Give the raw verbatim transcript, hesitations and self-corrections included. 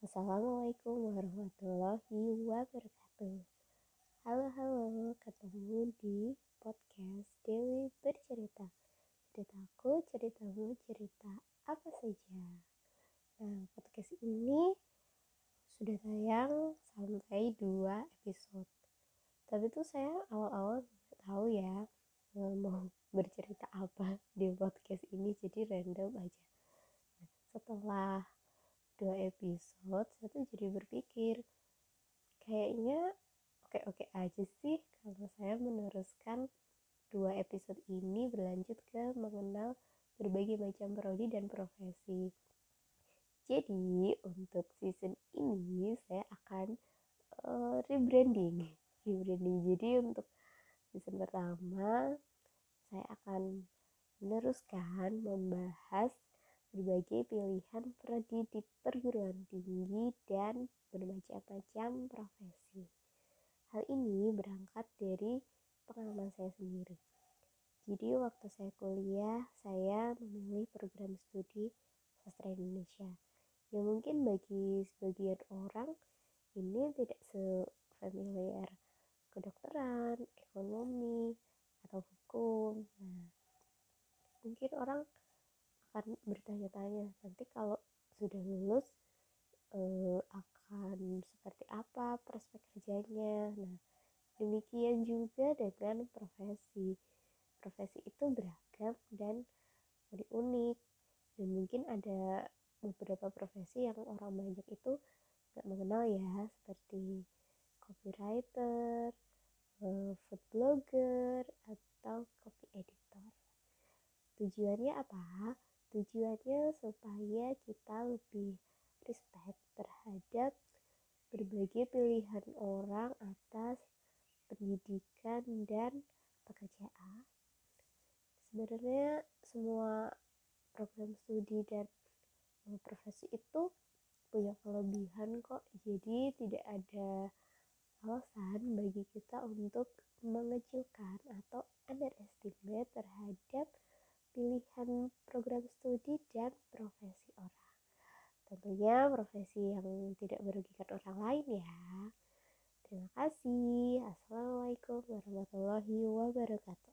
Assalamualaikum warahmatullahi wabarakatuh. Halo halo, ketemu di podcast Dewi Bercerita. Ceritaku, ceritamu, cerita apa saja. Nah, podcast ini sudah tayang sampai dua episode. Tapi tuh saya awal-awal nggak tahu ya mau bercerita apa di podcast ini, jadi random aja. Nah, setelah dua episode, saya tuh jadi berpikir kayaknya oke-oke aja sih kalau saya meneruskan dua episode ini berlanjut ke mengenal berbagai macam prodi dan profesi. Jadi untuk season ini saya akan uh, rebranding rebranding jadi untuk season pertama saya akan meneruskan membahas berbagai pilihan prodi di perguruan tinggi dan bermacam-macam profesi. Hal ini berangkat dari pengalaman saya sendiri. Jadi waktu saya kuliah, saya memilih program studi sastra Indonesia. Ya mungkin bagi sebagian orang ini tidak se-familiar kedokteran, ekonomi, atau hukum. Nah, mungkin orang akan bertanya-tanya nanti kalau sudah lulus eh, akan seperti apa prospek kerjanya. Nah, demikian juga dengan profesi. Profesi itu beragam dan unik-unik, dan mungkin ada beberapa profesi yang orang banyak itu gak mengenal ya, seperti copywriter, food blogger, atau copy editor. Tujuannya apa? Tujuannya supaya kita lebih respect terhadap berbagai pilihan orang atas pendidikan dan pekerjaan. Sebenarnya semua program studi dan profesi itu punya kelebihan kok. Jadi tidak ada alasan bagi kita untuk mengecilkan atau underestimate terhadap pilihan program studi dan profesi orang. Tentunya profesi yang tidak merugikan orang lain ya. Terima kasih. Assalamualaikum warahmatullahi wabarakatuh.